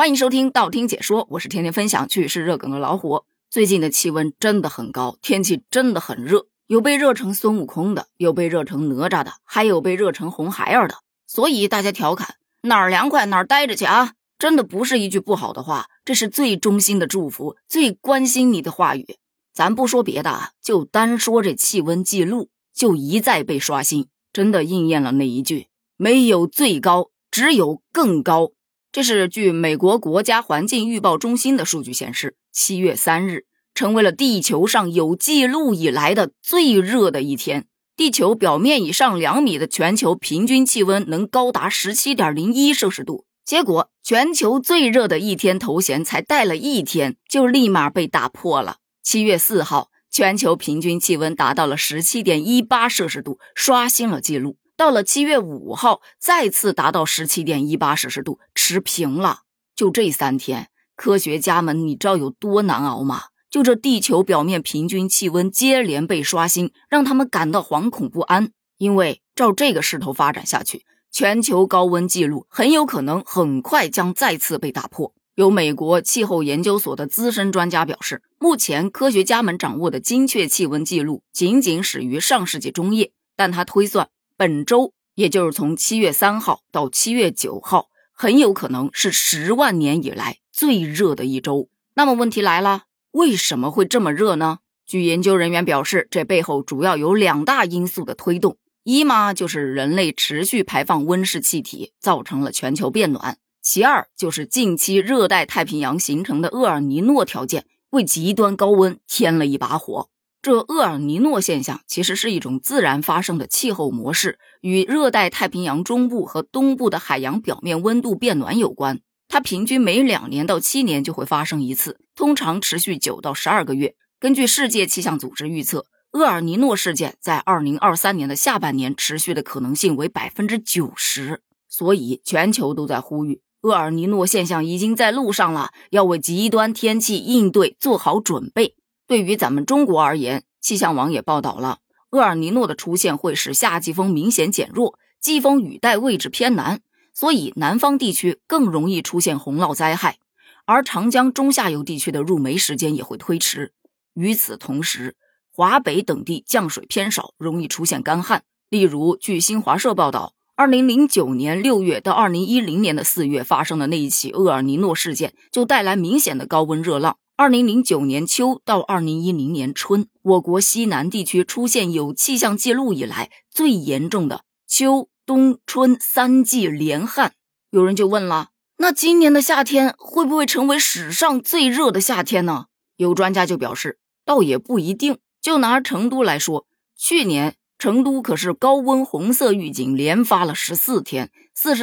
欢迎收听道听解说，我是天天分享趣事热梗的老虎。最近的气温真的很高，天气真的很热，有被热成孙悟空的，有被热成哪吒的，还有被热成红孩儿的。所以大家调侃哪儿凉快哪儿待着去啊，真的不是一句不好的话，这是最衷心的祝福，最关心你的话语。咱不说别的啊，就单说这气温记录就一再被刷新，真的应验了那一句，没有最高，只有更高。这是据美国国家环境预报中心的数据显示，7月3日成为了地球上有记录以来的最热的一天。地球表面以上2米的全球平均气温能高达 17.01 摄氏度。结果全球最热的一天头衔才带了一天，就立马被打破了。7月4号全球平均气温达到了 17.18 摄氏度，刷新了记录。到了7月5号再次达到 17.18 摄氏度，持平了。就这3天，科学家们你知道有多难熬吗？就这地球表面平均气温接连被刷新，让他们感到惶恐不安。因为照这个势头发展下去，全球高温记录很有可能很快将再次被打破。有美国气候研究所的资深专家表示，目前科学家们掌握的精确气温记录仅仅始于上世纪中叶，但他推算本周，也就是从7月3号到7月9号，很有可能是10万年以来最热的一周。那么问题来了，为什么会这么热呢？据研究人员表示，这背后主要有2大因素的推动。一嘛，就是人类持续排放温室气体，造成了全球变暖。其二，就是近期热带太平洋形成的厄尔尼诺条件，为极端高温添了一把火。这厄尔尼诺现象其实是一种自然发生的气候模式，与热带太平洋中部和东部的海洋表面温度变暖有关。它平均每2年到7年就会发生一次，通常持续9到12个月。根据世界气象组织预测，厄尔尼诺事件在2023年的下半年持续的可能性为 90%。 所以全球都在呼吁，厄尔尼诺现象已经在路上了，要为极端天气应对做好准备。对于咱们中国而言，气象网也报道了，厄尔尼诺的出现会使夏季风明显减弱，季风雨带位置偏南，所以南方地区更容易出现洪涝灾害，而长江中下游地区的入梅时间也会推迟。与此同时，华北等地降水偏少，容易出现干旱。例如据新华社报道，2009年6月到2010年的4月发生的那一起厄尔尼诺事件，就带来明显的高温热浪。2009年秋到2010年春，我国西南地区出现有气象记录以来最严重的秋冬春3季连旱。有人就问了，那今年的夏天会不会成为史上最热的夏天呢？有专家就表示，倒也不一定。就拿成都来说，去年成都可是高温红色预警连发了14天，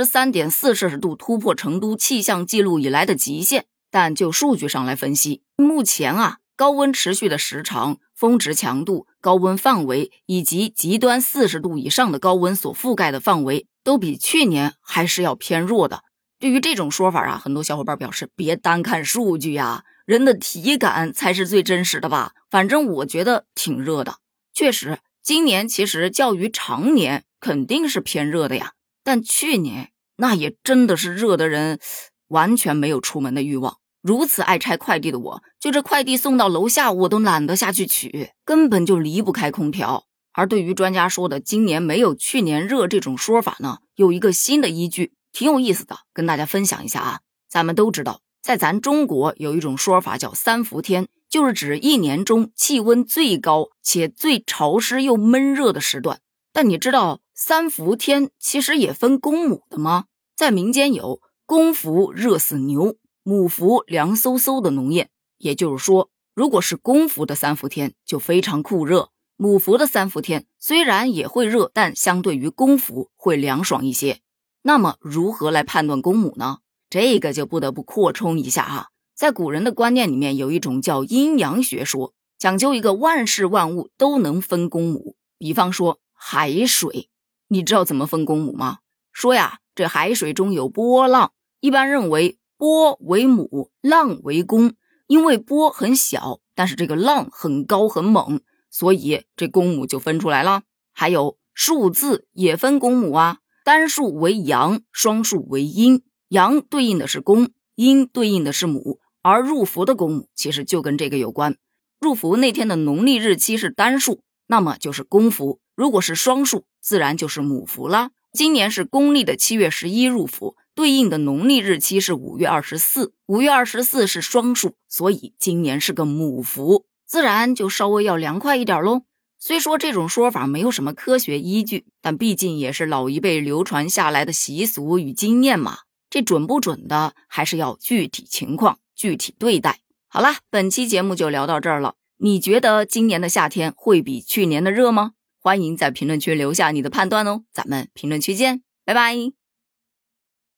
43.4 摄氏度突破成都气象记录以来的极限。但就数据上来分析，目前高温持续的时长、峰值强度、高温范围以及极端40度以上的高温所覆盖的范围都比去年还是要偏弱的。对于这种说法很多小伙伴表示，别单看数据人的体感才是最真实的吧，反正我觉得挺热的。确实今年其实较于常年肯定是偏热的呀，但去年那也真的是热的人完全没有出门的欲望。如此爱拆快递的我，就这快递送到楼下我都懒得下去取，根本就离不开空调。而对于专家说的今年没有去年热这种说法呢，有一个新的依据，挺有意思的，跟大家分享一下咱们都知道，在咱中国有一种说法叫3伏天，就是指一年中气温最高且最潮湿又闷热的时段。但你知道3伏天其实也分公母的吗？在民间有公伏热死牛，母伏凉飕飕的农谚。也就是说，如果是公伏的3伏天就非常酷热，母伏的3伏天虽然也会热，但相对于公伏会凉爽一些。那么如何来判断公母呢？这个就不得不扩充一下在古人的观念里面有一种叫阴阳学说，讲究一个万事万物都能分公母。比方说海水，你知道怎么分公母吗？说这海水中有波浪，一般认为波为母，浪为公。因为波很小，但是这个浪很高很猛，所以这公母就分出来了。还有数字也分公母单数为阳，双数为阴。阳对应的是公， 阴对应的是母，而入伏的公母其实就跟这个有关。入伏那天的农历日期是单数，那么就是公伏，如果是双数，自然就是母伏啦。今年是公历的7月11入伏，对应的农历日期是5月24，5月24是双数，所以今年是个母伏，自然就稍微要凉快一点咯。虽说这种说法没有什么科学依据，但毕竟也是老一辈流传下来的习俗与经验嘛，这准不准的还是要具体情况具体对待。好啦，本期节目就聊到这儿了，你觉得今年的夏天会比去年的热吗？欢迎在评论区留下你的判断哦，咱们评论区见，拜拜。